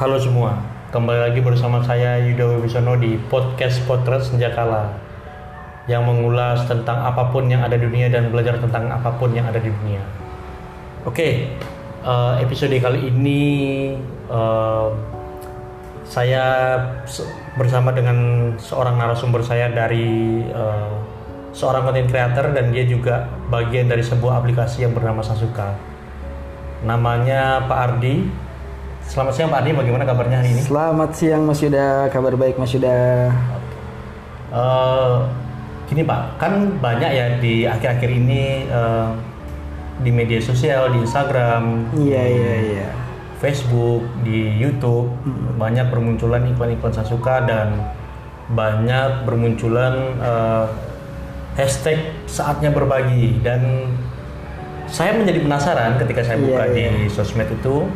Halo semua, kembali lagi bersama saya Yuda Wibisono di podcast Potret Senjakala yang mengulas tentang apapun yang ada di dunia dan belajar tentang apapun yang ada di dunia. Oke, episode kali ini saya bersama dengan seorang narasumber saya dari seorang content creator dan dia juga bagian dari sebuah aplikasi yang bernama Sasuka. Namanya Pak Ardi. Selamat siang Pak Ardi, bagaimana kabarnya hari ini? Selamat siang Mas Yuda, kabar baik Mas Yuda. Gini Pak, kan banyak ya di akhir-akhir ini di media sosial, di Instagram, Iya. Facebook, di YouTube banyak bermunculan iklan-iklan Sasuka dan banyak bermunculan hashtag saatnya berbagi, dan saya menjadi penasaran ketika saya buka di sosmed itu.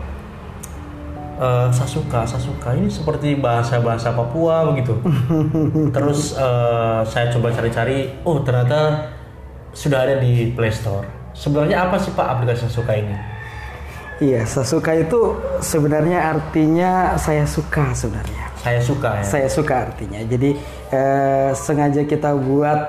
Sasuka ini seperti bahasa Papua begitu. Terus saya coba cari-cari, oh ternyata sudah ada di Play Store. Sebenarnya apa sih Pak aplikasi Sasuka ini? Iya, Sasuka itu sebenarnya artinya saya suka sebenarnya. Saya suka ya? Saya suka artinya. Jadi sengaja kita buat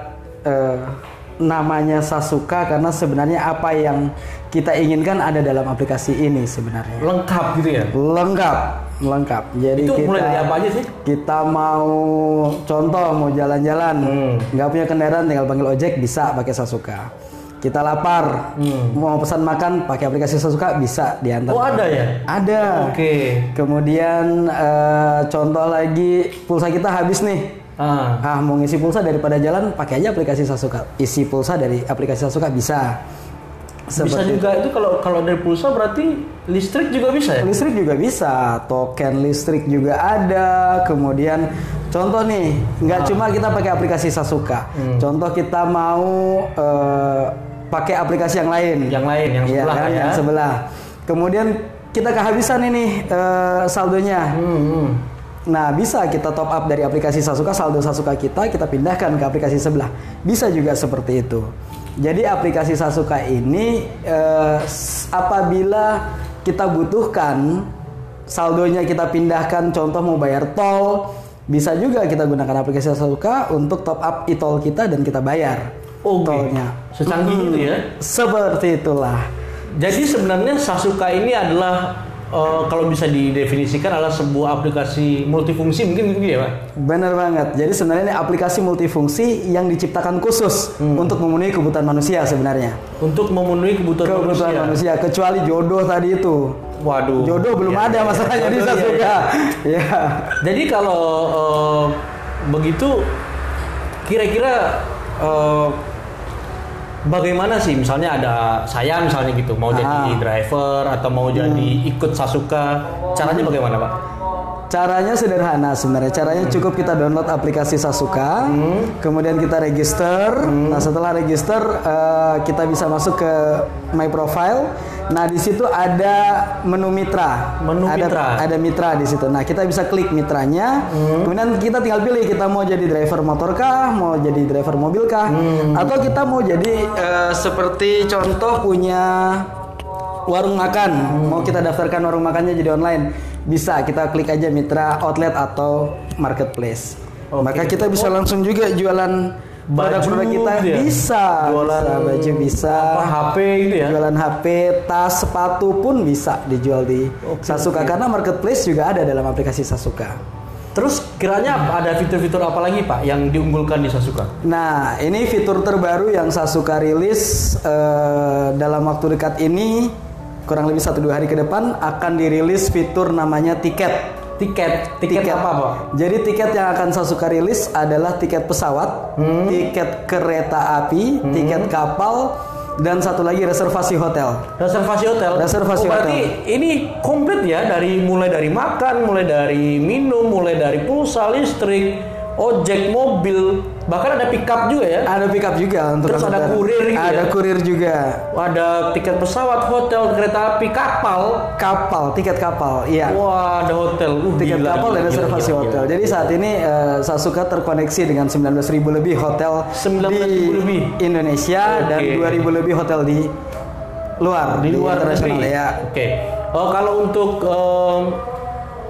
namanya Sasuka karena sebenarnya apa yang kita inginkan ada dalam aplikasi ini sebenarnya. Lengkap gitu ya? Lengkap. Jadi itu kita mulai dari apa aja sih? Kita mau mau jalan-jalan, nggak punya kendaraan tinggal panggil ojek bisa pakai Sasuka. Kita lapar, mau pesan makan pakai aplikasi Sasuka bisa diantar. Oh ada ya? Ada. Oke. Kemudian contoh lagi, pulsa kita habis nih. Mau ngisi pulsa daripada jalan, pakai aja aplikasi Sasuka. Isi pulsa dari aplikasi Sasuka bisa. Bisa juga itu kalau dari pulsa berarti listrik juga bisa ya? Listrik juga bisa, token listrik juga ada. Kemudian contoh nih, nggak cuma kita pakai aplikasi Sasuka. Contoh kita mau pakai aplikasi yang lain. Yang sebelah ya. Yang sebelah. Kemudian kita kehabisan ini saldonya. Nah, bisa kita top up dari aplikasi Sasuka, saldo Sasuka kita pindahkan ke aplikasi sebelah. Bisa juga seperti itu. Jadi aplikasi Sasuka ini apabila kita butuhkan saldonya kita pindahkan, contoh mau bayar tol, bisa juga kita gunakan aplikasi Sasuka untuk top up e-tol kita dan kita bayar tolnya. Secanggih itu ya? Seperti itulah. Jadi sebenarnya Sasuka ini adalah kalau bisa didefinisikan adalah sebuah aplikasi multifungsi, mungkin gitu ya Pak? Benar banget. Jadi sebenarnya ini aplikasi multifungsi yang diciptakan khusus untuk memenuhi kebutuhan manusia sebenarnya. Untuk memenuhi kebutuhan manusia. Kecuali jodoh tadi itu. Waduh. Jodoh belum ada masalahnya di Sasuka. Ya. Jadi kalau begitu kira-kira bagaimana sih, misalnya ada saya misalnya gitu mau jadi driver atau mau jadi ikut Sasuka, caranya bagaimana Pak? Caranya sederhana sebenarnya. Caranya cukup kita download aplikasi Sasuka, kemudian kita register. Nah setelah register kita bisa masuk ke My Profile. Nah di situ ada menu mitra. Ada mitra di situ. Nah kita bisa klik mitranya. Kemudian kita tinggal pilih kita mau jadi driver motor kah, mau jadi driver mobil kah, atau kita mau jadi seperti contoh punya warung makan, mau kita daftarkan warung makannya jadi online, bisa kita klik aja mitra outlet atau marketplace. Maka kita bisa langsung juga jualan produk-produk kita ya? Bisa baju bisa, HP gitu ya, jualan HP, tas, sepatu pun bisa dijual di Sasuka karena marketplace juga ada dalam aplikasi Sasuka. Terus kiranya ada fitur-fitur apa lagi Pak yang diunggulkan di Sasuka? Nah ini fitur terbaru yang Sasuka rilis dalam waktu dekat ini, kurang lebih 1-2 hari ke depan akan dirilis fitur namanya tiket. Tiket apa Pak? Jadi tiket yang akan Sasuka rilis adalah tiket pesawat, tiket kereta api, tiket kapal, dan satu lagi reservasi hotel. Berarti ini komplit ya, mulai dari makan, mulai dari minum, mulai dari pulsa, listrik, ojek, mobil, bahkan ada pick up juga ya? Ada pick up juga untuk. Terus ada kurir gitu. Ada kurir juga. Ada tiket pesawat, hotel, kereta api, tiket kapal, iya. Wah, ada hotel. Tiket kapal dan reservasi hotel. Jadi saat ini Sasuka terkoneksi dengan 19.000 lebih hotel di Indonesia dan 2.000 lebih hotel di luar internasional negeri. Ya. Oke. Kalau untuk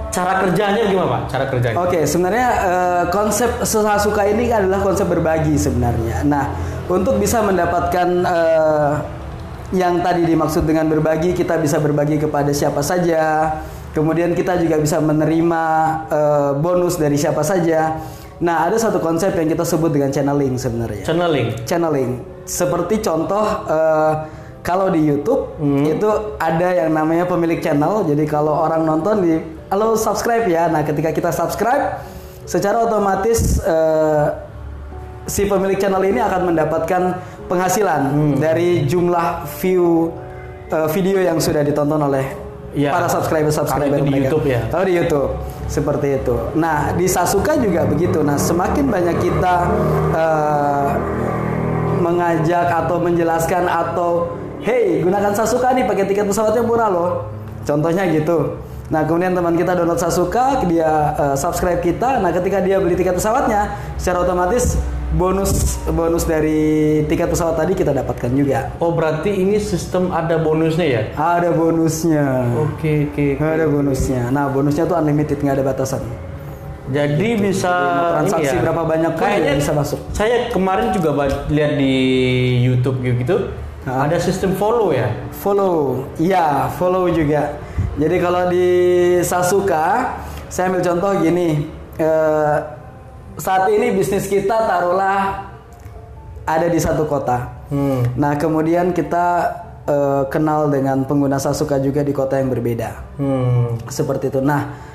Cara kerjanya gimana Pak? Cara kerjanya? Oke, sebenarnya konsep Sasuka ini adalah konsep berbagi sebenarnya. Nah, untuk bisa mendapatkan yang tadi dimaksud dengan berbagi, kita bisa berbagi kepada siapa saja. Kemudian kita juga bisa menerima bonus dari siapa saja. Nah, ada satu konsep yang kita sebut dengan channeling sebenarnya. Channeling. Seperti contoh kalau di YouTube itu ada yang namanya pemilik channel. Jadi kalau orang nonton halo subscribe ya. Nah, ketika kita subscribe, secara otomatis si pemilik channel ini akan mendapatkan penghasilan dari jumlah view video yang sudah ditonton oleh para subscriber di mereka. YouTube ya. Kalau di YouTube seperti itu. Nah, di Sasuka juga begitu. Nah, semakin banyak kita mengajak atau menjelaskan atau hey, gunakan Sasuka nih, pakai tiket pesawatnya murah loh. Contohnya gitu. Nah, kemudian teman kita download Sasuka, dia subscribe kita. Nah, ketika dia beli tiket pesawatnya, secara otomatis bonus dari tiket pesawat tadi kita dapatkan juga. Oh, berarti ini sistem ada bonusnya ya? Ada bonusnya. Oke. Ada bonusnya. Nah, bonusnya tuh unlimited, nggak ada batasan. Jadi gitu. Bisa transaksi ya, berapa banyak pun kayaknya bisa masuk. Saya kemarin juga lihat di YouTube gitu. Ada sistem follow ya? Follow. Iya, follow juga. Jadi kalau di Sasuka, saya ambil contoh gini. Saat ini bisnis kita taruhlah ada di satu kota. Nah, kemudian kita kenal dengan pengguna Sasuka juga di kota yang berbeda. Seperti itu. Nah,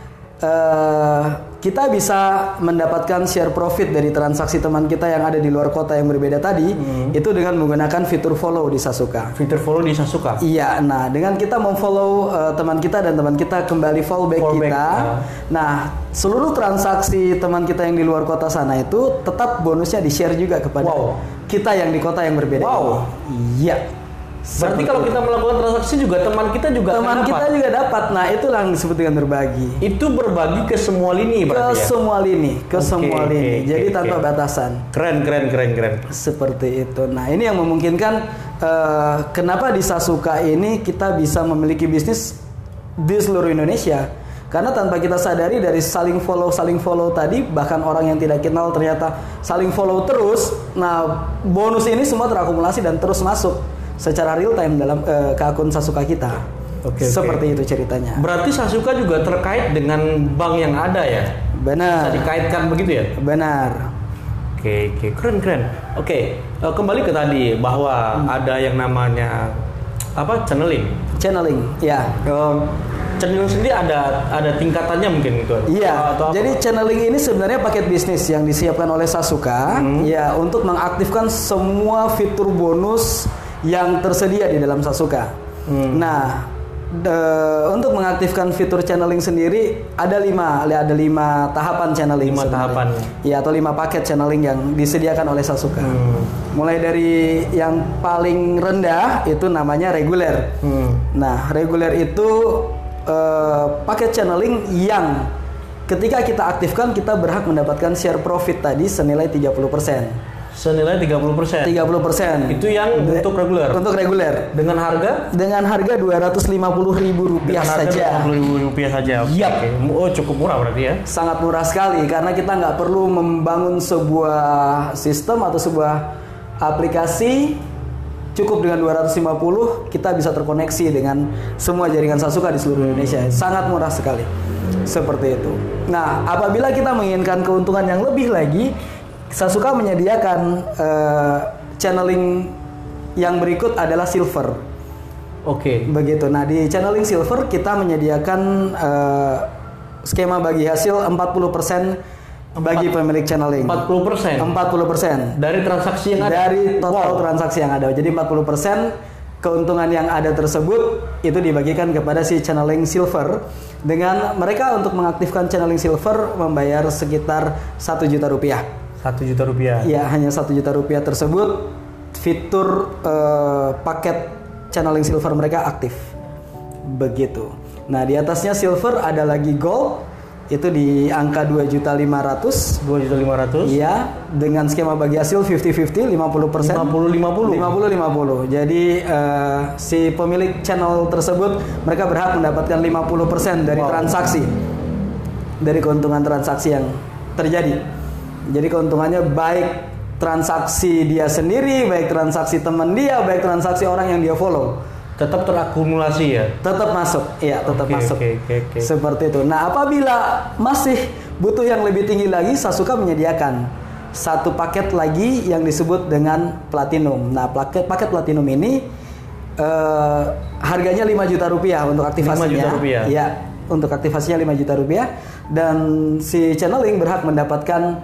kita bisa mendapatkan share profit dari transaksi teman kita yang ada di luar kota yang berbeda tadi, itu dengan menggunakan fitur follow di Sasuka. Fitur follow di Sasuka? Iya, nah dengan kita memfollow teman kita dan teman kita kembali follow back kita, nah seluruh transaksi teman kita yang di luar kota sana itu tetap bonusnya di-share juga kepada kita yang di kota yang berbeda. Iya. Berarti kalau kita melakukan transaksi juga teman kita juga dapat. Nah, itulah yang disebut dengan berbagi. Itu berbagi ke semua lini berarti ya? Semua lini. Jadi tanpa batasan. Keren. Seperti itu. Nah, ini yang memungkinkan kenapa di Sasuka ini kita bisa memiliki bisnis di seluruh Indonesia. Karena tanpa kita sadari dari saling follow tadi, bahkan orang yang tidak kenal ternyata saling follow terus. Nah, bonus ini semua terakumulasi dan terus masuk secara real time dalam ke akun Sasuka kita. Seperti itu ceritanya. Berarti Sasuka juga terkait dengan bank yang ada ya? Benar. Bisa dikaitkan begitu ya? Benar. Oke, keren. Oke, kembali ke tadi bahwa ada yang namanya apa? Channeling, ya. Channeling sendiri ada tingkatannya mungkin gitu. Iya. Jadi channeling ini sebenarnya paket bisnis yang disiapkan oleh Sasuka ya untuk mengaktifkan semua fitur bonus yang tersedia di dalam Sasuka. Nah, untuk mengaktifkan fitur channeling sendiri ada 5 tahapan channeling. 5 tahapan. Ya, atau 5 paket channeling yang disediakan oleh Sasuka. Mulai dari yang paling rendah itu namanya reguler. Nah, reguler itu paket channeling yang ketika kita aktifkan kita berhak mendapatkan share profit tadi senilai 30%. Senilai 30%. 30%. Itu yang untuk reguler. Untuk reguler. Dengan harga? Dengan harga Rp250.000 saja. Rp250.000 saja. Yap. Oh, cukup murah berarti ya? Sangat murah sekali karena kita nggak perlu membangun sebuah sistem atau sebuah aplikasi. Cukup dengan 250 kita bisa terkoneksi dengan semua jaringan Sasuka di seluruh Indonesia. Sangat murah sekali. Seperti itu. Nah, apabila kita menginginkan keuntungan yang lebih lagi, Sasuka menyediakan channeling yang berikut adalah silver. Begitu. Nah, di channeling silver kita menyediakan skema bagi hasil 40% bagi pemilik channeling. 40%. 40% dari transaksi yang ada. Dari total transaksi yang ada. Jadi 40% keuntungan yang ada tersebut itu dibagikan kepada si channeling silver. Dengan mereka untuk mengaktifkan channeling silver membayar sekitar Rp1 juta. Rp1 juta. Ya, hanya Rp1 juta tersebut fitur paket channeling silver mereka aktif. Begitu. Nah, di atasnya silver ada lagi gold, itu di angka Rp2.500.000. Rp2.500.000. Iya, dengan skema bagi hasil 50-50, 50%. 50-50. Jadi si pemilik channel tersebut mereka berhak mendapatkan 50% dari transaksi. dari keuntungan transaksi yang terjadi. Jadi keuntungannya baik transaksi dia sendiri, baik transaksi teman dia, baik transaksi orang yang dia follow. Tetap terakumulasi ya? Tetap masuk, iya tetap masuk. Oke. Seperti itu. Nah, apabila masih butuh yang lebih tinggi lagi, Sasuka menyediakan satu paket lagi yang disebut dengan Platinum. Nah, paket Platinum ini harganya 5 juta rupiah untuk aktivasinya. 5 juta rupiah? Iya, untuk aktivasinya 5 juta rupiah. Dan si channeling berhak mendapatkan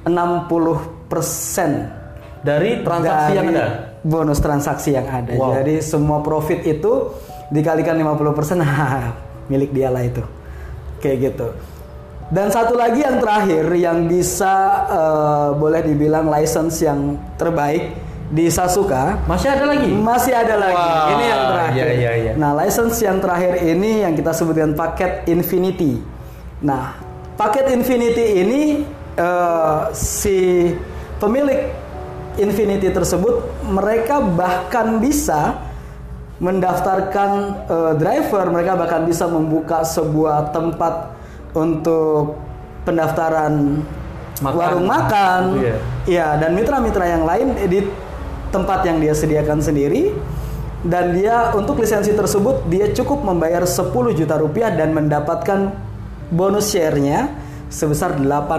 60% dari transaksi yang ada? Bonus transaksi yang ada. Wow. Jadi semua profit itu dikalikan 50%, milik dia lah itu. Kayak gitu. Dan satu lagi yang terakhir yang bisa boleh dibilang license yang terbaik di Sasuka. Masih ada lagi? Masih ada lagi. Wow. Ini yang terakhir. Iya. Nah, license yang terakhir ini yang kita sebutkan paket Infinity. Nah, paket Infinity ini si pemilik Infinity tersebut mereka bahkan bisa mendaftarkan driver, mereka bahkan bisa membuka sebuah tempat untuk pendaftaran warung makan, ya, dan mitra-mitra yang lain di tempat yang dia sediakan sendiri. Dan dia untuk lisensi tersebut dia cukup membayar 10 juta rupiah dan mendapatkan bonus share-nya sebesar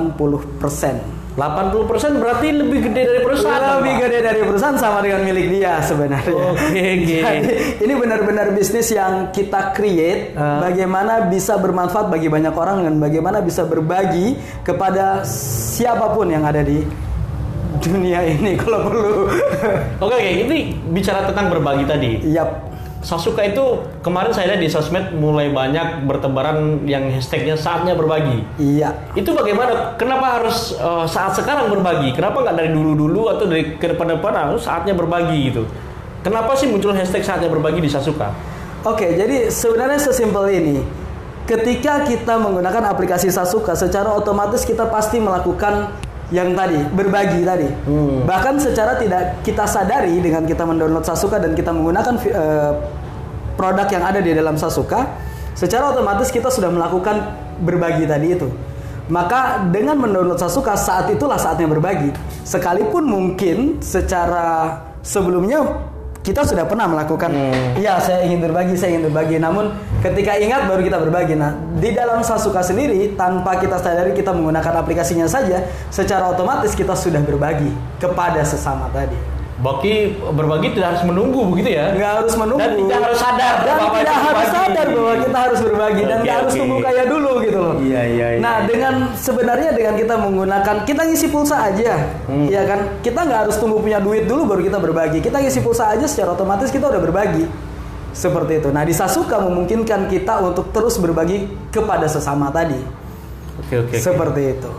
80%. 80% berarti lebih gede dari perusahaan. Lebih gede dari perusahaan, sama dengan milik dia sebenarnya. Oke. Jadi ini benar-benar bisnis yang kita create, bagaimana bisa bermanfaat bagi banyak orang dan bagaimana bisa berbagi kepada siapapun yang ada di dunia ini kalau perlu. Oke, ini bicara tentang berbagi tadi. Yap. Sasuka itu kemarin saya lihat di sosmed mulai banyak bertebaran yang hashtagnya saatnya berbagi. Iya. Itu bagaimana? Kenapa harus saat sekarang berbagi? Kenapa nggak dari dulu-dulu atau dari ke depan-depan? Saatnya berbagi gitu. Kenapa sih muncul hashtag saatnya berbagi di Sasuka? Oke, jadi sebenarnya sesimpel ini. Ketika kita menggunakan aplikasi Sasuka, secara otomatis kita pasti melakukan yang tadi, berbagi tadi. Bahkan secara tidak kita sadari dengan kita mendownload Sasuka dan kita menggunakan produk yang ada di dalam Sasuka, secara otomatis kita sudah melakukan berbagi tadi itu. Maka dengan mendownload Sasuka, saat itulah saatnya berbagi. Sekalipun mungkin secara sebelumnya kita sudah pernah melakukan, ya saya ingin berbagi. Namun ketika ingat baru kita berbagi. Nah, di dalam Sasuka sendiri tanpa kita sadari kita menggunakan aplikasinya saja, secara otomatis kita sudah berbagi kepada sesama tadi. Berbagi tidak harus menunggu begitu ya? Nggak harus menunggu. Dan tidak harus sadar. Bahwa kita harus berbagi dan nggak harus tunggu kaya dulu gitu loh. Iya. Nah, sebenarnya dengan kita menggunakan, kita ngisi pulsa aja, ya kan? Kita nggak harus tunggu punya duit dulu baru kita berbagi. Kita ngisi pulsa aja secara otomatis kita udah berbagi. Seperti itu. Nah, di Sasuka memungkinkan kita untuk terus berbagi kepada sesama tadi. Oke. Seperti itu.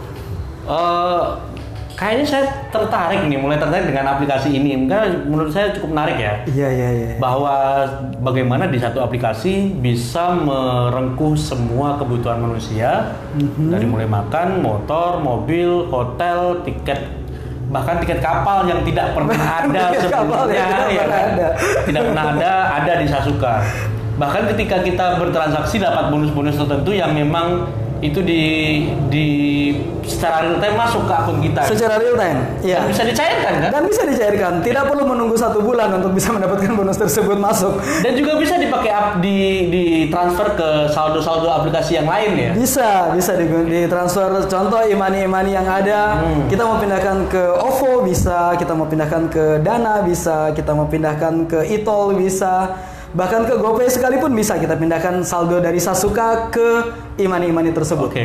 Kayaknya saya mulai tertarik dengan aplikasi ini. Karena menurut saya cukup menarik ya. Iya. Bahwa bagaimana di satu aplikasi bisa merengkuh semua kebutuhan manusia, dari mulai makan, motor, mobil, hotel, tiket, bahkan tiket kapal yang tidak pernah ada sebelumnya, tidak pernah ada di Sasuka. Bahkan ketika kita bertransaksi dapat bonus-bonus tertentu yang memang itu di secara real time masuk ke akun kita. Secara real time, ya. Dan bisa dicairkan kan? Dan bisa dicairkan. Tidak perlu menunggu 1 bulan untuk bisa mendapatkan bonus tersebut masuk. Dan juga bisa dipakai di transfer ke saldo-saldo aplikasi yang lain ya? Bisa ditransfer. Contoh imani yang ada, kita mau pindahkan ke OVO bisa, kita mau pindahkan ke Dana bisa, kita mau pindahkan ke eToll bisa. Bahkan ke GoPay sekalipun bisa kita pindahkan saldo dari Sasuka ke imani tersebut. Oke.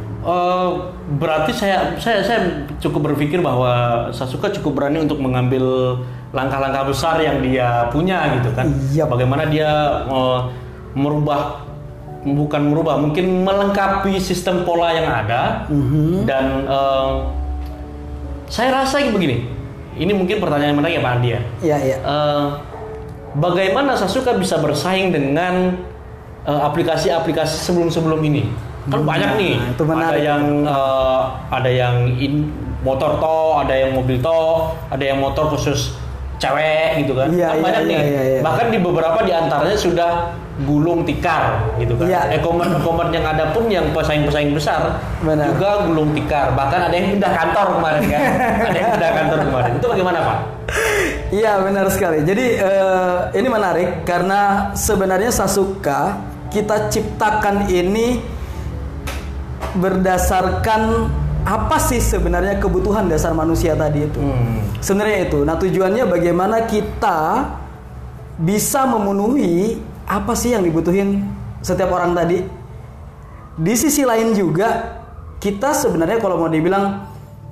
Berarti saya cukup berpikir bahwa Sasuka cukup berani untuk mengambil langkah-langkah besar yang dia punya gitu kan. Yep. Bagaimana dia mungkin melengkapi sistem pola yang ada. Dan saya rasa begini. Ini mungkin pertanyaan menarik ya Pak Andi ya. Iya. Bagaimana Sasuka bisa bersaing dengan aplikasi-aplikasi sebelum ini? Kan banyak nih. Itu menarik. Ada yang motor toh, ada yang mobil toh, ada yang motor khusus cewek gitu kan. Iya, Kan banyak nih. Iya. Bahkan di beberapa di antaranya sudah gulung tikar gitu kan. Iya. E-commerce yang ada pun yang pesaing-pesaing besar Benar. juga gulung tikar. Bahkan ada yang pindah kantor kemarin kan. Ada yang pindah kantor kemarin. Itu bagaimana Pak? Iya benar sekali. Jadi ini menarik karena sebenarnya Sasuka kita ciptakan ini berdasarkan apa sih sebenarnya kebutuhan dasar manusia tadi itu. Sebenarnya itu. Nah tujuannya bagaimana kita bisa memenuhi apa sih yang dibutuhin setiap orang tadi. Di sisi lain juga kita sebenarnya kalau mau dibilang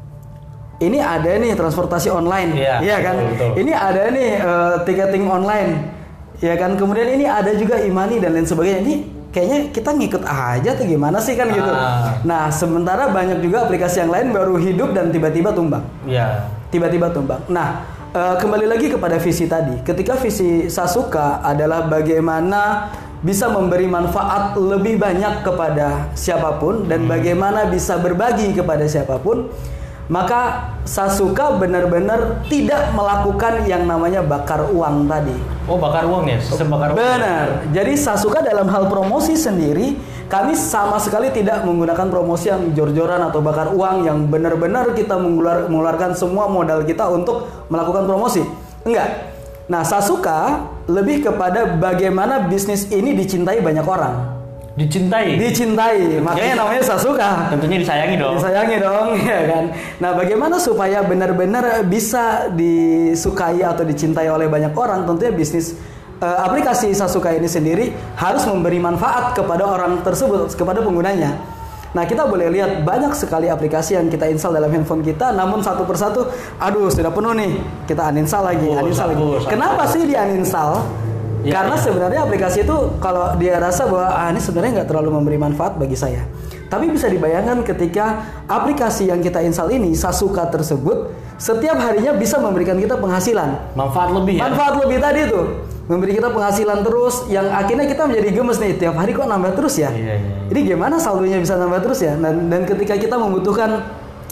ini ada nih transportasi online, iya kan? Betul. Ini ada nih tiketing online, ya kan? Kemudian ini ada juga e-money dan lain sebagainya. Ini kayaknya kita ngikut aja atau gimana sih kan gitu. Nah sementara banyak juga aplikasi yang lain baru hidup dan tiba-tiba tumbang. Iya. Tiba-tiba tumbang. Nah kembali lagi kepada visi tadi. Ketika visi Sasuka adalah bagaimana bisa memberi manfaat lebih banyak kepada siapapun dan bagaimana bisa berbagi kepada siapapun, maka Sasuka benar-benar tidak melakukan yang namanya bakar uang tadi. Oh bakar uang ya? Sistem bakar uang. Benar. Jadi Sasuka dalam hal promosi sendiri, kami sama sekali tidak menggunakan promosi yang jor-joran atau bakar uang yang benar-benar kita mengeluarkan semua modal kita untuk melakukan promosi. Enggak. Nah Sasuka lebih kepada bagaimana bisnis ini dicintai banyak orang. Dicintai. Makanya namanya Sasuka. Tentunya disayangi dong, ya kan. Nah, bagaimana supaya benar-benar bisa disukai atau dicintai oleh banyak orang? Tentunya bisnis aplikasi Sasuka ini sendiri harus memberi manfaat kepada orang tersebut, kepada penggunanya. Nah, kita boleh lihat banyak sekali aplikasi yang kita install dalam handphone kita, namun satu persatu, aduh sudah penuh nih, kita uninstall lagi. Kenapa sih di uninstall? Karena sebenarnya aplikasi itu kalau dia rasa bahwa ini sebenarnya nggak terlalu memberi manfaat bagi saya. Tapi bisa dibayangkan ketika aplikasi yang kita install ini, Sasuka tersebut, setiap harinya bisa memberikan kita penghasilan. Manfaat lebih ya? Manfaat lebih tadi tuh. Memberi kita penghasilan terus, yang akhirnya kita menjadi gemes nih, tiap hari kok nambah terus ya? Iya. Ini gimana saldonya bisa nambah terus ya? Dan ketika kita membutuhkan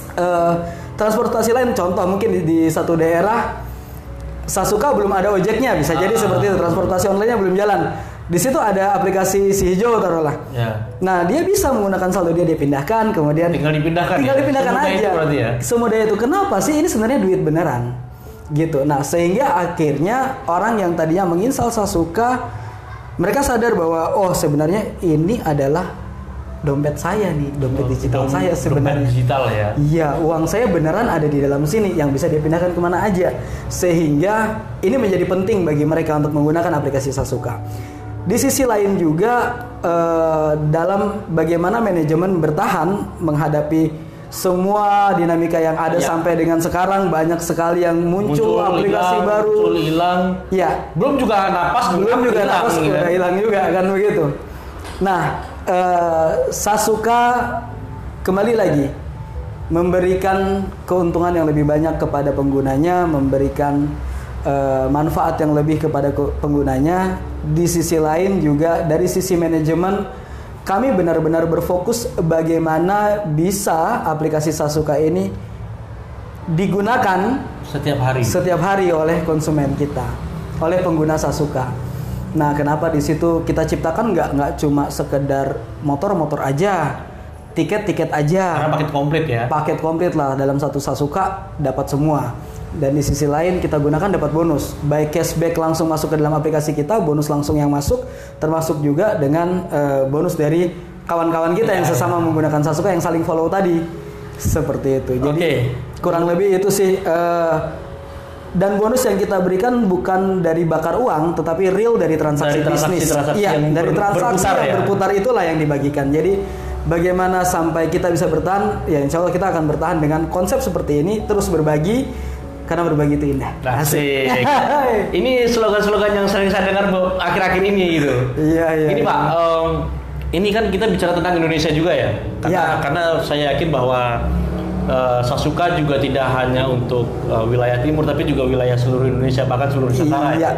transportasi lain, contoh mungkin di satu daerah, Sasuka belum ada ojeknya, bisa jadi seperti itu, transportasi online-nya belum jalan. Di situ ada aplikasi si hijau taruhlah. Ya. Nah, dia bisa menggunakan saldo dia pindahkan, kemudian tinggal dipindahkan aja. Itu berarti ya. Semudah itu. Kenapa sih ini sebenarnya duit beneran? Gitu. Nah, sehingga akhirnya orang yang tadinya menginstal Sasuka, mereka sadar bahwa oh sebenarnya ini adalah dompet saya nih, dompet digital saya sebenarnya. Dompet digital ya. Iya, uang saya beneran ada di dalam sini yang bisa dipindahkan kemana aja. Sehingga ini menjadi penting bagi mereka untuk menggunakan aplikasi Sasuka. Di sisi lain juga dalam bagaimana manajemen bertahan menghadapi semua dinamika yang ada sampai dengan sekarang, banyak sekali yang muncul aplikasi baru, hilang. Ya, belum juga napas udah hilang juga kan begitu. Nah, Sasuka kembali lagi memberikan keuntungan yang lebih banyak kepada penggunanya, memberikan manfaat yang lebih kepada penggunanya. Di sisi lain juga dari sisi manajemen, kami benar-benar berfokus bagaimana bisa aplikasi Sasuka ini digunakan setiap hari oleh konsumen kita, oleh pengguna Sasuka. Nah, kenapa di situ kita ciptakan nggak cuma sekedar motor aja, tiket aja. Karena paket komplit ya. Paket komplit lah, dalam satu Sasuka dapat semua. Dan di sisi lain kita gunakan dapat bonus, baik cashback langsung masuk ke dalam aplikasi kita, bonus langsung yang masuk, termasuk juga dengan bonus dari kawan-kawan kita yang sesama menggunakan Sasuka yang saling follow tadi. Seperti itu. Jadi kurang lebih itu sih. Dan bonus yang kita berikan bukan dari bakar uang, tetapi real dari transaksi bisnis. Iya, dari transaksi yang berputar itulah yang dibagikan. Jadi bagaimana sampai kita bisa bertahan? Ya, insya Allah kita akan bertahan dengan konsep seperti ini, terus berbagi. Karena berbagi itu indah. Asik. Ini slogan-slogan yang sering saya dengar akhir-akhir ini gitu. Iya. Ini Pak, ini kan kita bicara tentang Indonesia juga ya. Karena saya yakin bahwa Sasuka juga tidak hanya untuk wilayah timur, tapi juga wilayah seluruh Indonesia, bahkan seluruh Nusantara. Iya.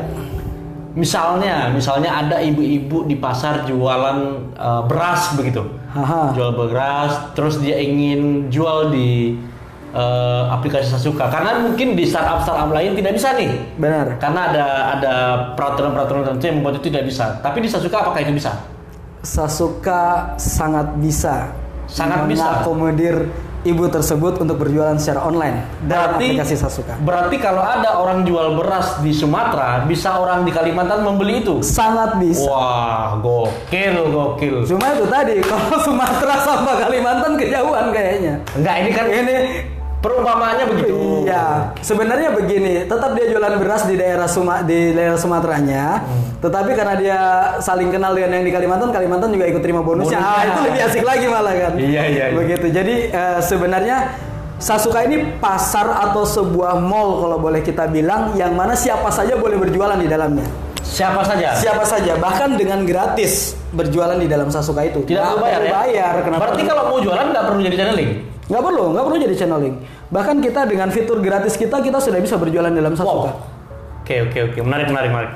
Misalnya ada ibu-ibu di pasar jualan beras begitu. Jual beras, terus dia ingin jual di aplikasi Sasuka, karena mungkin di startup lain tidak bisa nih. Benar. Karena ada peraturan tertentu yang membuat itu tidak bisa. Tapi di Sasuka apakah itu bisa? Sasuka sangat bisa. Sangat bisa. Mengakomodir ibu tersebut untuk berjualan secara online dalam aplikasi Sasuka. Berarti kalau ada orang jual beras di Sumatera, bisa orang di Kalimantan membeli itu? Sangat bisa. Wah, gokil. Cuma itu tadi, kalau Sumatera sama Kalimantan kejauhan kayaknya. Enggak, ini kan perumpamaannya begitu. Iya, sebenarnya begini, tetap dia jualan beras di daerah Sumateranya, tetapi karena dia saling kenal dengan yang di Kalimantan juga ikut terima bonusnya. Itu lebih asik lagi malah kan. Iya. Begitu. Jadi sebenarnya Sasuka ini pasar atau sebuah mall kalau boleh kita bilang, yang mana siapa saja boleh berjualan di dalamnya. Siapa saja, bahkan dengan gratis berjualan di dalam Sasuka itu. Tidak perlu bayar. Kenapa? Berarti kalau mau jualan nggak perlu jadi channeling? Nggak perlu jadi channeling. Bahkan kita dengan fitur gratis kita sudah bisa berjualan dalam Sasuka. Oke. Menarik.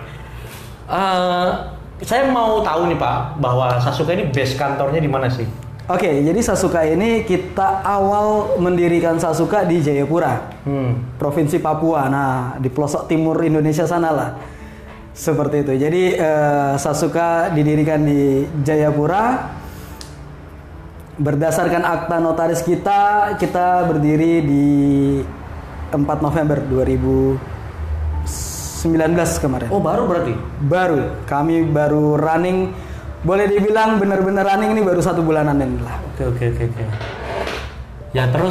Saya mau tahu nih Pak, bahwa Sasuka ini base kantornya di mana sih? Oke, jadi Sasuka ini kita awal mendirikan Sasuka di Jayapura, Provinsi Papua. Nah, di pelosok timur Indonesia sana lah. Seperti itu. Jadi Sasuka didirikan di Jayapura. Berdasarkan akta notaris kita berdiri di 4 November 2019 kemarin. Oh, baru berarti? Baru. Kami baru running, boleh dibilang benar-benar running ini baru 1 bulanan ini lah. Oke. Ya, terus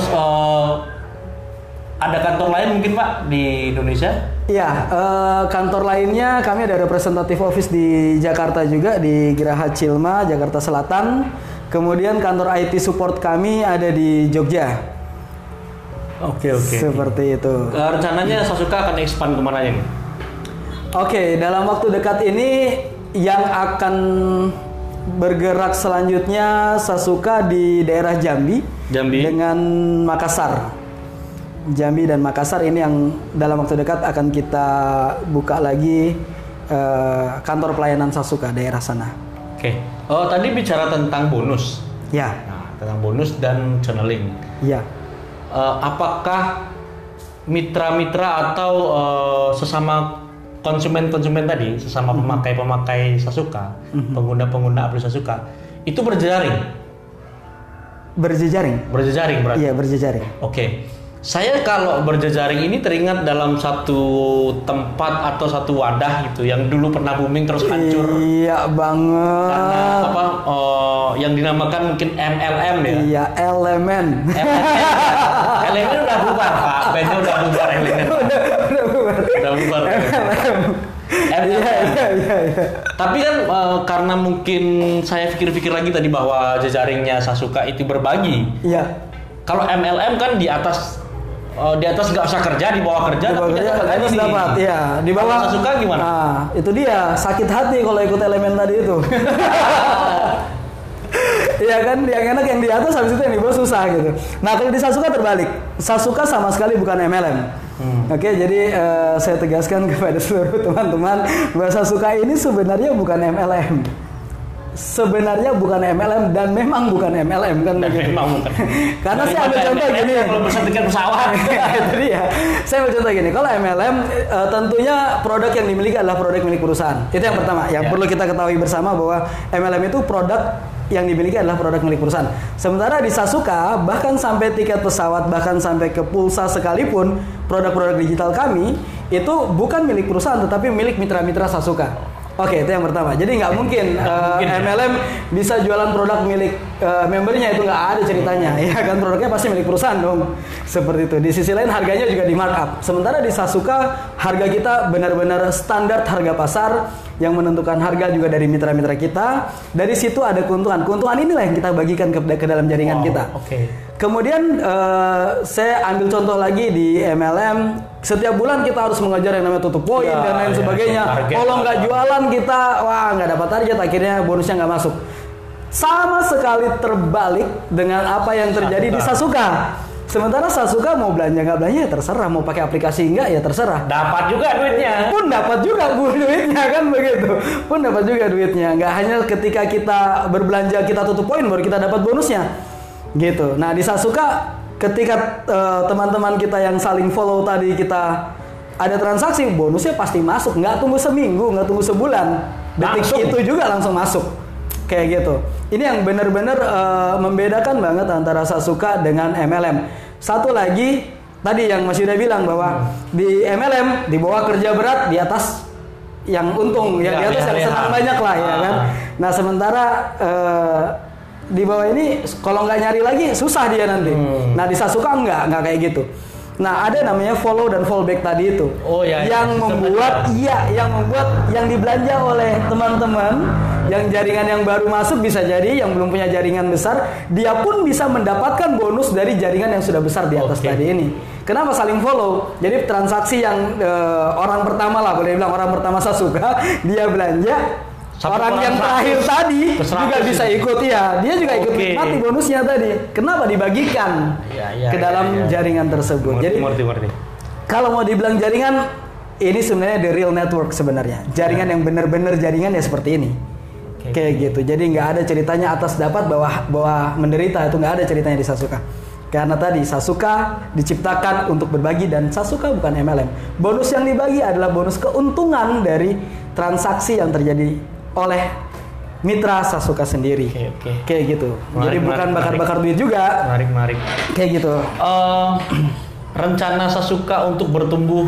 ada kantor lain mungkin Pak di Indonesia? Iya, kantor lainnya kami ada representatif office di Jakarta juga, di Geraha Cilma, Jakarta Selatan. Kemudian kantor IT support kami ada di Jogja. Oke. Seperti itu. Rencananya Sasuka akan expand kemana nih? Oke, dalam waktu dekat ini yang akan bergerak selanjutnya Sasuka di daerah Jambi. Dengan Makassar. Jambi dan Makassar ini yang dalam waktu dekat akan kita buka lagi kantor pelayanan Sasuka daerah sana. Oke. Oh, tadi bicara tentang bonus. Ya. Nah, tentang bonus dan channeling. Ya. Apakah mitra-mitra atau sesama konsumen tadi, sesama pemakai Sasuka, pengguna-pengguna aplikasi Sasuka, itu berjejaring? Berjejaring berarti? Iya, berjejaring. Oke. Saya kalau berjejaring ini teringat dalam satu tempat atau satu wadah gitu yang dulu pernah booming terus hancur. Iya banget. Karena yang dinamakan mungkin MLM ya. Iya, elemen. Elemen udah bubar Pak. Bandnya udah bubar Elemen. Udah bubar. Iya. Tapi kan karena mungkin saya pikir-pikir lagi tadi bahwa jejaringnya Sasuka itu berbagi. Iya. Kalau MLM kan di atas nggak usah kerja, di bawah kerja, di atas dapat, ya. Di bawah Sasuka gimana? Nah, itu dia sakit hati kalau ikut elemen tadi itu. Iya kan, yang enak yang di atas, habis itu yang di bawah susah gitu. Nah, kalau di Sasuka terbalik. Sasuka sama sekali bukan MLM. Oke, jadi saya tegaskan kepada seluruh teman-teman bahwa Sasuka ini sebenarnya bukan MLM. Sebenarnya bukan MLM dan memang bukan MLM kan begitu. Memang bukan. Karena saya ambil contoh gini. Kalau pesan tiket pesawat. Itu dia. Saya ambil contoh gini. Kalau MLM tentunya produk yang dimiliki adalah produk milik perusahaan. Itu yang pertama. Yang perlu kita ketahui bersama bahwa MLM itu produk yang dimiliki adalah produk milik perusahaan. Sementara di Sasuka bahkan sampai tiket pesawat, bahkan sampai ke pulsa sekalipun, produk-produk digital kami itu bukan milik perusahaan tetapi milik mitra-mitra Sasuka. Oke, itu yang pertama. Jadi nggak mungkin MLM bisa jualan produk milik membernya, itu nggak ada ceritanya. Ya kan, produknya pasti milik perusahaan dong. Seperti itu. Di sisi lain harganya juga di markup. Sementara di Sasuka harga kita benar-benar standar harga pasar, yang menentukan harga juga dari mitra-mitra kita. Dari situ ada keuntungan. Keuntungan inilah yang kita bagikan ke dalam jaringan kita. Kemudian saya ambil contoh lagi di MLM. Setiap bulan kita harus mengejar yang namanya tutup poin dan lain sebagainya. Kalau nggak jualan kita, nggak dapat target, akhirnya bonusnya nggak masuk. Sama sekali terbalik dengan apa yang terjadi di Sasuka. Sementara Sasuka mau belanja nggak belanja ya terserah, mau pakai aplikasi nggak ya terserah. Dapat juga duitnya. Pun dapat juga duitnya kan begitu. Pun dapat juga duitnya. Nggak hanya ketika kita berbelanja kita tutup poin baru kita dapat bonusnya. Gitu. Nah di Sasuka ketika teman-teman kita yang saling follow tadi kita ada transaksi, bonusnya pasti masuk. Nggak tunggu seminggu, nggak tunggu sebulan. Detik itu juga langsung masuk. Kayak gitu. Ini yang benar-benar membedakan banget antara Sasuka dengan MLM. Satu lagi, tadi yang Mas Yuda bilang bahwa di MLM di bawah kerja berat, di atas yang untung, ya, di atas yang senang banyak lah ya kan. Nah sementara di bawah ini kalau nggak nyari lagi susah dia nanti. Nah di Sasuka nggak kayak gitu. Nah ada namanya follow dan fallback tadi itu, yang membuat yang dibelanja oleh teman-teman, yang jaringan yang baru masuk bisa jadi yang belum punya jaringan besar, dia pun bisa mendapatkan bonus dari jaringan yang sudah besar di atas tadi ini. Kenapa saling follow? Jadi transaksi yang orang pertama lah, boleh bilang orang pertama Sasuka, dia belanja. Orang yang terakhir tadi juga bisa ikut, ya. Dia juga ikut nikmati bonusnya tadi. Kenapa dibagikan ke dalam jaringan tersebut? Jadi kalau mau dibilang jaringan, ini sebenarnya the real network sebenarnya. Jaringan yang benar-benar jaringan ya seperti ini. Kayak gitu. Jadi nggak ada ceritanya atas dapat bawah menderita, itu nggak ada ceritanya di Sasuka. Karena tadi Sasuka diciptakan untuk berbagi dan Sasuka bukan MLM. Bonus yang dibagi adalah bonus keuntungan dari transaksi yang terjadi oleh mitra Sasuka sendiri. Kayak gitu. Jadi bukan bakar-bakar duit juga. Menarik. Kayak gitu. Rencana Sasuka untuk bertumbuh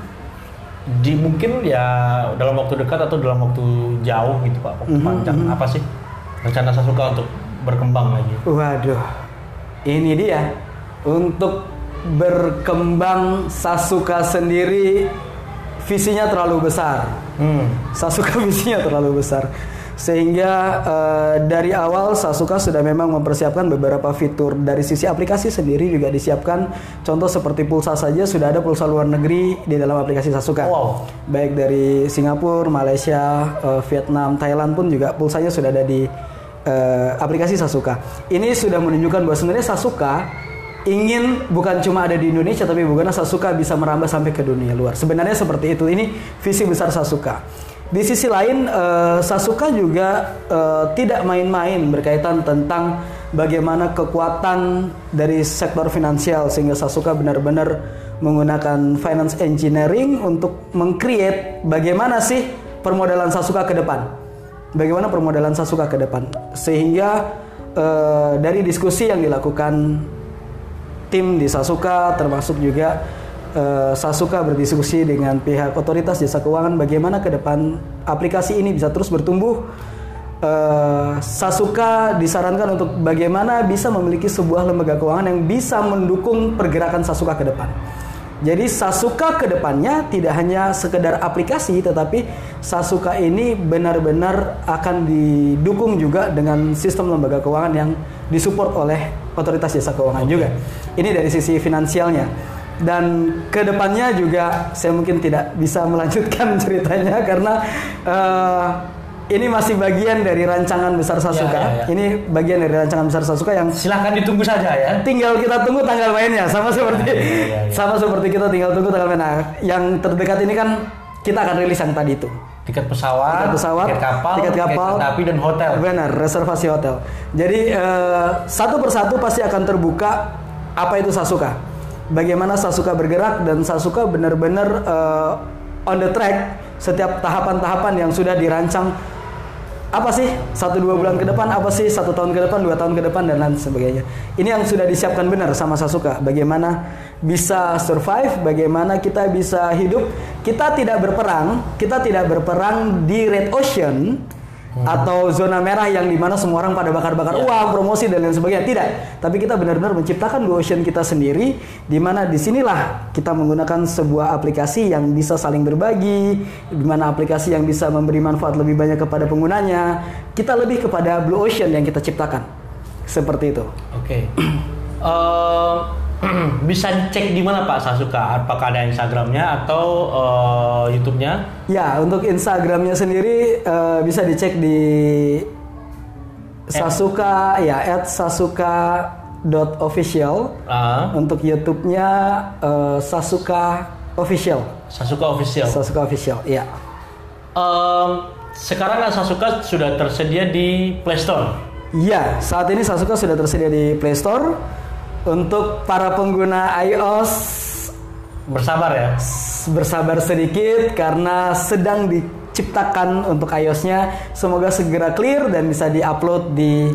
di mungkin ya dalam waktu dekat atau dalam waktu jauh gitu Pak, panjang apa sih rencana Sasuka untuk berkembang lagi? Waduh, ini dia untuk berkembang Sasuka sendiri visinya terlalu besar. Sasuka visinya terlalu besar. Sehingga dari awal Sasuka sudah memang mempersiapkan beberapa fitur. Dari sisi aplikasi sendiri juga disiapkan. Contoh seperti pulsa saja sudah ada pulsa luar negeri di dalam aplikasi Sasuka. Baik dari Singapura, Malaysia, Vietnam, Thailand pun juga pulsanya sudah ada di aplikasi Sasuka. Ini sudah menunjukkan bahwa sebenarnya Sasuka ingin bukan cuma ada di Indonesia, tapi bagaimana Sasuka bisa merambah sampai ke dunia luar. Sebenarnya seperti itu. Ini visi besar Sasuka. Di sisi lain, Sasuka juga tidak main-main berkaitan tentang bagaimana kekuatan dari sektor finansial, sehingga Sasuka benar-benar menggunakan finance engineering untuk meng-create bagaimana sih permodalan Sasuka ke depan. Bagaimana permodalan Sasuka ke depan. Sehingga dari diskusi yang dilakukan tim di Sasuka, termasuk juga Sasuka berdiskusi dengan pihak otoritas jasa keuangan bagaimana ke depan aplikasi ini bisa terus bertumbuh. Sasuka disarankan untuk bagaimana bisa memiliki sebuah lembaga keuangan yang bisa mendukung pergerakan Sasuka ke depan. Jadi Sasuka ke depannya tidak hanya sekedar aplikasi, tetapi Sasuka ini benar-benar akan didukung juga dengan sistem lembaga keuangan yang disupport oleh otoritas jasa keuangan juga. Ini dari sisi finansialnya. Dan ke depannya juga saya mungkin tidak bisa melanjutkan ceritanya karena ini masih bagian dari rancangan besar Sasuka. Ini bagian dari rancangan besar Sasuka yang silahkan ditunggu saja ya. Tinggal kita tunggu tanggal mainnya, sama seperti kita tinggal tunggu tanggal mainnya. Yang terdekat ini kan kita akan rilis yang tadi itu. Tiket pesawat, tiket kapal, kereta api dan hotel. Benar, reservasi hotel. Jadi satu persatu pasti akan terbuka apa itu Sasuka. Bagaimana Sasuka bergerak dan Sasuka benar-benar on the track setiap tahapan-tahapan yang sudah dirancang. Apa sih 1-2 bulan ke depan, apa sih 1 tahun ke depan, 2 tahun ke depan dan lain sebagainya. Ini yang sudah disiapkan benar sama Sasuka. Bagaimana bisa survive, bagaimana kita bisa hidup. Kita tidak berperang di Red Ocean atau zona merah yang dimana semua orang pada bakar-bakar uang, promosi dan lain sebagainya. Tidak, tapi kita benar-benar menciptakan Blue Ocean kita sendiri, dimana disinilah kita menggunakan sebuah aplikasi yang bisa saling berbagi, dimana aplikasi yang bisa memberi manfaat lebih banyak kepada penggunanya. Kita lebih kepada Blue Ocean yang kita ciptakan, seperti itu. Oke. Bisa cek di mana Pak Sasuka? Apakah ada Instagramnya atau YouTube-nya? Ya, untuk Instagramnya sendiri bisa dicek di Sasuka ya @sasuka.official. Untuk YouTube-nya Sasuka Official. Sasuka Official, ya. Sekarang Sasuka sudah tersedia di Play Store. Ya, saat ini Sasuka sudah tersedia di Play Store. untuk para pengguna iOS Bersabar ya. bersabar sedikit karena sedang diciptakan untuk iOS-nya. Semoga segera clear dan bisa diupload di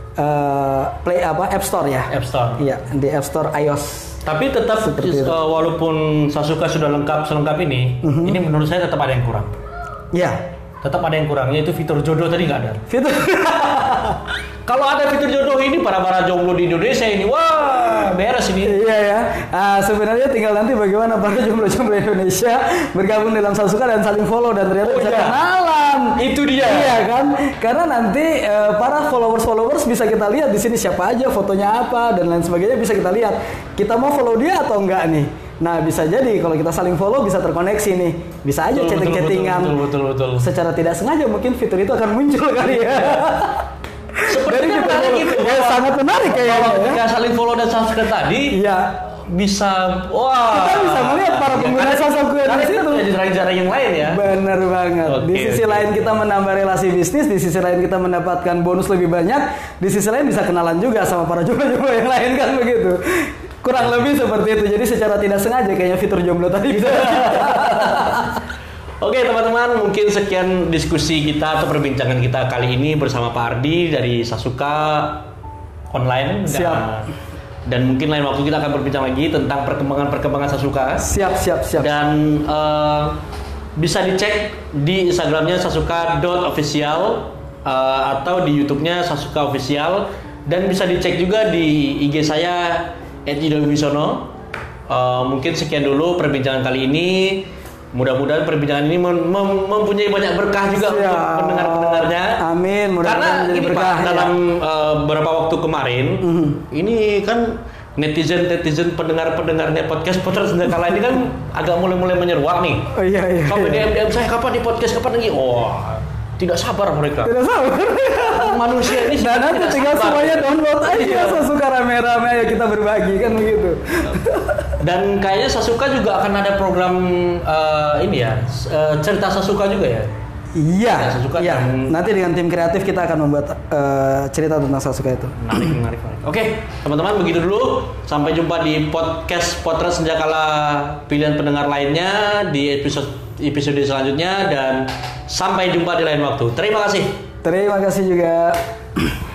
App Store ya. App Store. Iya, di App Store iOS. Tapi tetap walaupun Sasuka sudah selengkap ini, ini menurut saya tetap ada yang kurang. Ya. Tetap ada yang kurang, yaitu fitur jodoh tadi nggak ada. Fitur. Kalau ada fitur jodoh ini para jomblo di Indonesia ini, wah beres ini. Iya ya. Sebenarnya tinggal nanti bagaimana para jomblo-jomblo Indonesia bergabung dalam Sasuka dan saling follow dan ternyata bisa kenalan. Itu dia. Iya kan? Karena nanti para followers bisa kita lihat di sini siapa aja, fotonya apa dan lain sebagainya bisa kita lihat. Kita mau follow dia atau enggak nih? Nah bisa jadi kalau kita saling follow bisa terkoneksi nih. Bisa aja chatting-chattingan. Betul. Secara tidak sengaja mungkin fitur itu akan muncul kali ya. Seperti menarik itu. Ya, sangat menarik kayaknya. Ketika saling follow dan subscribe tadi, iya. Bisa, wah. Kita bisa melihat para pengguna Sasuka di situ. Jadi cara-cara yang lain ya. Benar banget. Di sisi lain kita menambah relasi bisnis, di sisi lain kita mendapatkan bonus lebih banyak, di sisi lain bisa kenalan juga sama para jomblo-jomblo yang lain kan begitu. Kurang lebih seperti itu. Jadi secara tidak sengaja kayaknya fitur jomblo tadi bisa. Oke teman-teman, mungkin sekian diskusi kita atau perbincangan kita kali ini bersama Pak Ardi dari Sasuka Online. Siap. Dan mungkin lain waktu kita akan berbincang lagi tentang perkembangan Sasuka. Siap. Dan bisa dicek di Instagramnya sasuka.official atau di YouTube-nya Sasuka Official. Dan bisa dicek juga di IG saya @idowibisono. Mungkin sekian dulu perbincangan kali ini. Mudah-mudahan perbincangan ini mempunyai banyak berkah juga untuk pendengar-pendengarnya. Amin. Karena ini berkah, Pak, dalam beberapa waktu kemarin, ini kan netizen pendengarnya podcast Senjakala ini kan agak mulai menyeruak nih. Oh iya. Sampai DM saya kapan di podcast kapan lagi? Wah, tidak sabar mereka. Tidak sabar. Manusia ini dan nanti tinggal semuanya download aja Sasuka rame-rame, ayo kita berbagi kan begitu. Dan kayaknya Sasuka juga akan ada program ini ya, cerita Sasuka juga ya. Iya. Sasuka iya. Nanti dengan tim kreatif kita akan membuat cerita tentang Sasuka itu. Menarik. Oke, teman-teman begitu dulu. Sampai jumpa di podcast Potret Senjakala pilihan pendengar lainnya di episode selanjutnya dan sampai jumpa di lain waktu. Terima kasih. Terima kasih juga.